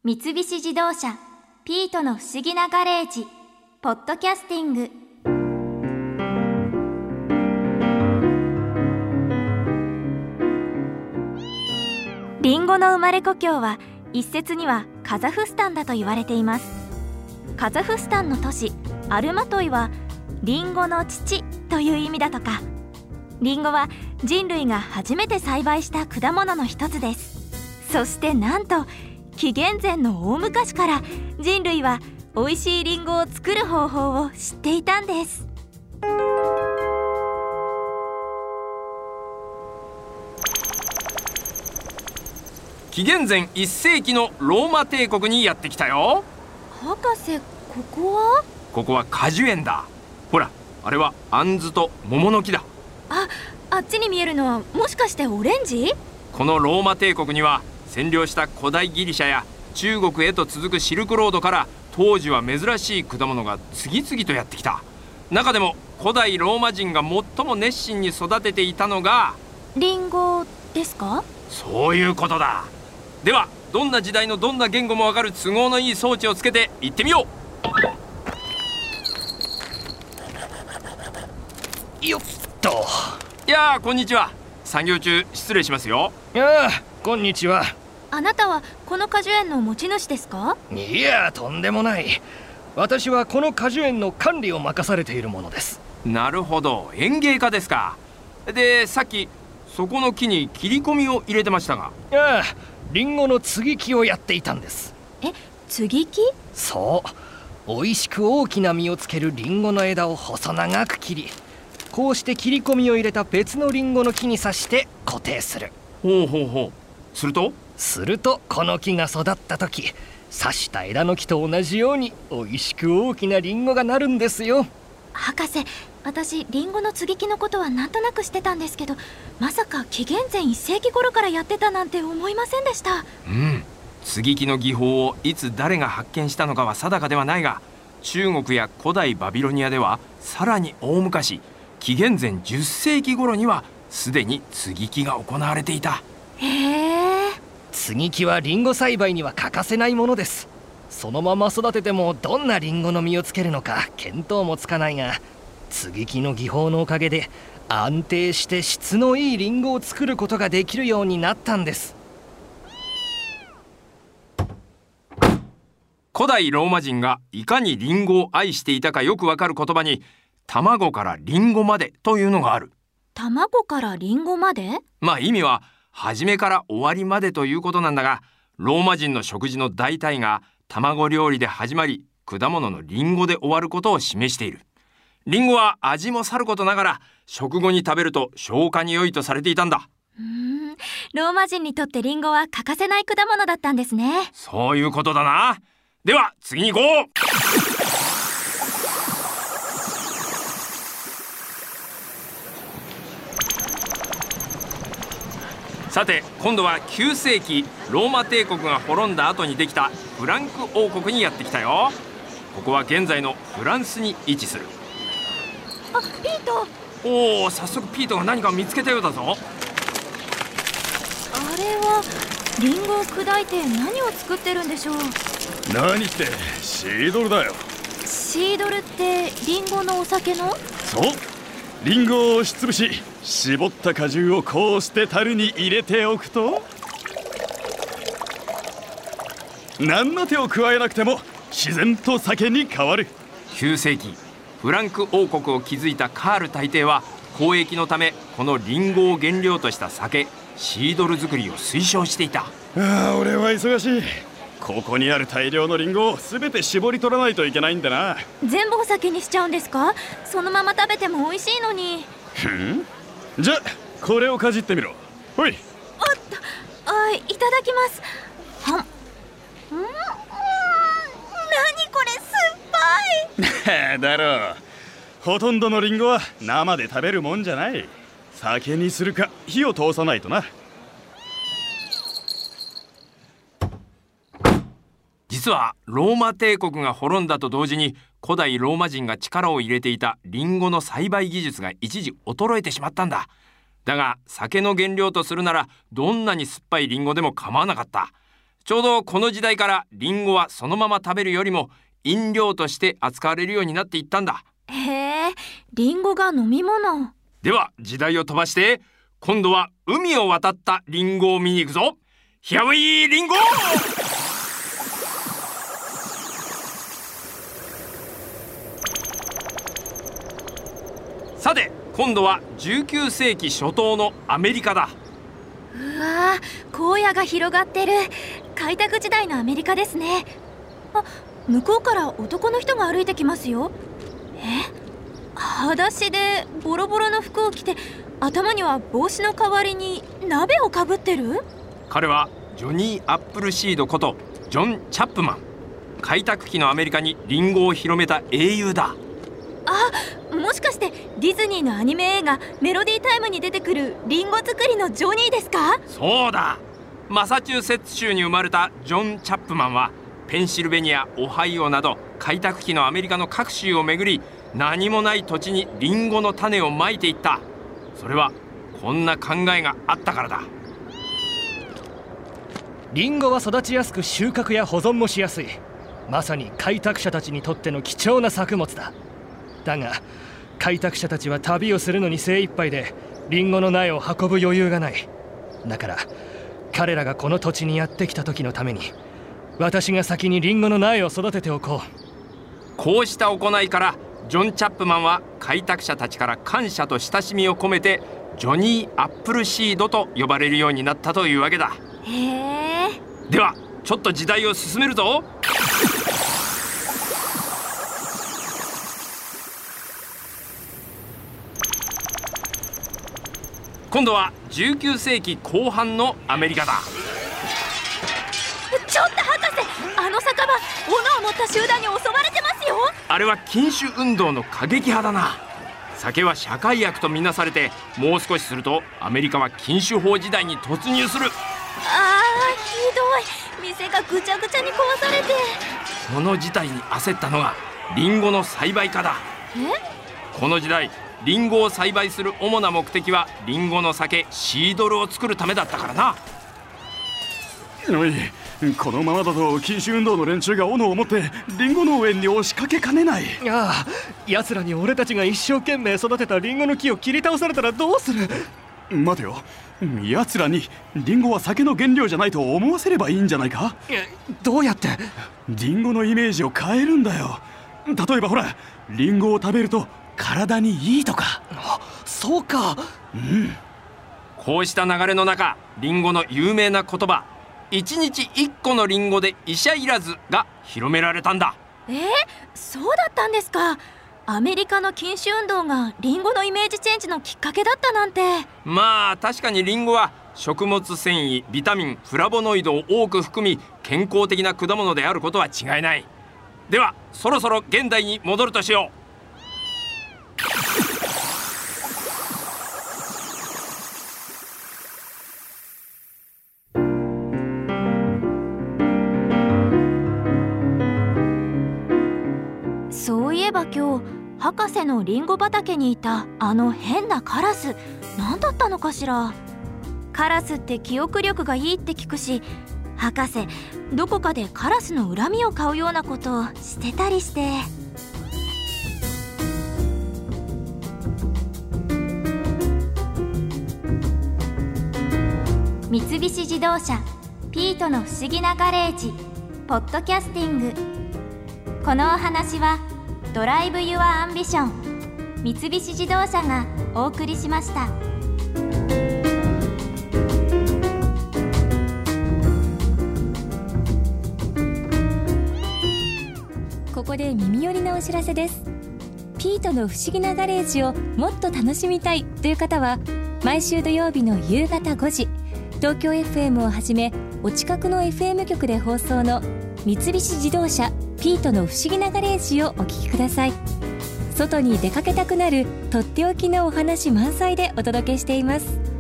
三菱自動車ピートの不思議なガレージポッドキャスティング。リンゴの生まれ故郷は一説にはカザフスタンだと言われています。カザフスタンの都市アルマトイはリンゴの父という意味だとか。リンゴは人類が初めて栽培した果物の一つです。そしてなんと紀元前の大昔から人類は美味しいリンゴを作る方法を知っていたんです。 紀元前1世紀のローマ帝国にやってきたよ。 博士、ここは果樹園だ。ほら、あれはアンズと桃の木だ。 あっちに見えるのはもしかしてオレンジ？ このローマ帝国には占領した古代ギリシャや中国へと続くシルクロードから当時は珍しい果物が次々とやってきた。中でも古代ローマ人が最も熱心に育てていたのがリンゴですか？ そういうことだ。ではどんな時代のどんな言語もわかる都合のいい装置をつけて行ってみよう。よっと。 いやー、こんにちは。作業中失礼しますよ。 こんにちは。 あなたはこの果樹園の持ち主ですか？ いや、とんでもない。私はこの果樹園の管理を任されているものです。 なるほど、園芸家ですか。で、さっきそこの木に切り込みを入れてましたが。 リンゴの接ぎ木をやっていたんです。 接ぎ木？ そう、美味しく大きな実をつけるリンゴの枝を細長く切り、こうして切り込みを入れた別のリンゴの木に刺して固定する。 ほう。するとこの木が育った時、刺した枝の木と同じように美味しく大きなリンゴがなるんですよ。 博士、私リンゴの接ぎ木のことはなんとなくしてたんですけど、まさか紀元前1世紀頃からやってたなんて思いませんでした。 接ぎ木の技法をいつ誰が発見したのかは定かではないが、中国や古代バビロニアではさらに大昔、紀元前10世紀頃にはすでに接ぎ木が行われていた。 接ぎ木はリンゴ栽培には欠かせないものです。そのまま育ててもどんなリンゴの実をつけるのか見当もつかないが、接ぎ木の技法のおかげで安定して質のいいリンゴを作ることができるようになったんです。 古代ローマ人がいかにリンゴを愛していたかよくわかる言葉に、卵からリンゴまでというのがある。 卵からリンゴまで？ 意味は初めから終わりまでということなんだが、ローマ人の食事の大体が卵料理で始まり、果物のリンゴで終わることを示している。リンゴは味もさることながら食後に食べると消化に良いとされていたんだ。 ローマ人にとってリンゴは欠かせない果物だったんですね。 そういうことだな。では次に行こう。さて、今度は9世紀ローマ帝国が滅んだ後にできたフランク王国にやってきたよ。ここは現在のフランスに位置する。 ピート。 早速ピートが何か見つけたようだぞ。 あれはリンゴを砕いて何を作ってるんでしょう？ 何ってシードルだよ。 シードルってリンゴのお酒の？ そう、リンゴを押しつぶし、絞った果汁をこうして樽に入れておくと、何の手を加えなくても自然と酒に変わる。 9世紀フランク王国を築いたカール大帝は交易のためこのリンゴを原料とした酒シードル作りを推奨していた。 俺は忙しい。ここにある大量のリンゴを全て絞り取らないといけないんだな。 全部お酒にしちゃうんですか？そのまま食べても美味しいのに。 じゃこれをかじってみろ。ほい。 いただきます。何これ、酸っぱい。 だろう。ほとんどのリンゴは生で食べるもんじゃない。酒にするか火を通さないとな。 実はローマ帝国が滅んだと同時に古代ローマ人が力を入れていたリンゴの栽培技術が一時衰えてしまったんだ。だが酒の原料とするならどんなに酸っぱいリンゴでも構わなかった。 ちょうどこの時代からリンゴはそのまま食べるよりも飲料として扱われるようになっていったんだ。 へえ、リンゴが飲み物。 では時代を飛ばして今度は海を渡ったリンゴを見に行くぞ。ヒアウィーリンゴ。さて今度は19世紀初頭のアメリカだ。 うわー、荒野が広がってる。開拓時代のアメリカですね。あ、向こうから男の人が歩いてきますよ。裸足でボロボロの服を着て、頭には帽子の代わりに鍋をかぶってる。 彼はジョニー・アップルシードことジョン・チャップマン。開拓期のアメリカにリンゴを広めた英雄だ。 あ、もしかしてディズニーのアニメ映画メロディータイムに出てくるリンゴ作りのジョニーですか？ そうだ。マサチューセッツ州に生まれたジョン・チャップマンはペンシルベニア、オハイオなど開拓期のアメリカの各州を巡り、何もない土地にリンゴの種をまいていった。それはこんな考えがあったからだ。 リンゴは育ちやすく収穫や保存もしやすい、まさに開拓者たちにとっての貴重な作物だ。だが開拓者たちは旅をするのに精一杯でリンゴの苗を運ぶ余裕がない。だから彼らがこの土地にやってきた時のために私が先にリンゴの苗を育てておこう。 こうした行いからジョン・チャップマンは開拓者たちから感謝と親しみを込めてジョニー・アップルシードと呼ばれるようになったというわけだ。 へえ。 ではちょっと時代を進めるぞ。今度は19世紀後半のアメリカだ。 ちょっと博士、あの酒場、斧を持った集団に襲われてますよ。 あれは禁酒運動の過激派だな。酒は社会悪とみなされて、もう少しするとアメリカは禁酒法時代に突入する。 あー、ひどい。店がぐちゃぐちゃに壊されて。 この事態に焦ったのがリンゴの栽培家だ。この時代リンゴを栽培する主な目的はリンゴの酒シードルを作るためだったからな。 おい、このままだと禁酒運動の連中が斧を持ってリンゴ農園に押しかけかねない。 ああ、奴らに俺たちが一生懸命育てたリンゴの木を切り倒されたらどうする？ 待てよ、奴らにリンゴは酒の原料じゃないと思わせればいいんじゃないか？ どうやって？ リンゴのイメージを変えるんだよ。例えばほら、リンゴを食べると体にいいとか。 あ、そうか。 こうした流れの中、リンゴの有名な言葉1日1個のリンゴで医者いらずが広められたんだ。 そうだったんですか。アメリカの禁酒運動がリンゴのイメージチェンジのきっかけだったなんて。 まあ確かにリンゴは食物繊維、ビタミン、フラボノイドを多く含み健康的な果物であることは違いない。ではそろそろ現代に戻るとしよう。 そういえば今日博士のリンゴ畑にいたあの変なカラス、何だったのかしら。カラスって記憶力がいいって聞くし、博士どこかでカラスの恨みを買うようなことをしてたりして。三菱自動車ピートの不思議なガレージポッドキャスティング。このお話はドライブ・ユア・アンビション三菱自動車がお送りしました。 ここで耳寄りなお知らせです。ピートの不思議なガレージをもっと楽しみたいという方は、毎週土曜日の夕方5時、東京 FM をはじめお近くの FM 局で放送の三菱自動車ピートの不思議なガレージをお聞きください。外に出かけたくなるとっておきのお話満載でお届けしています。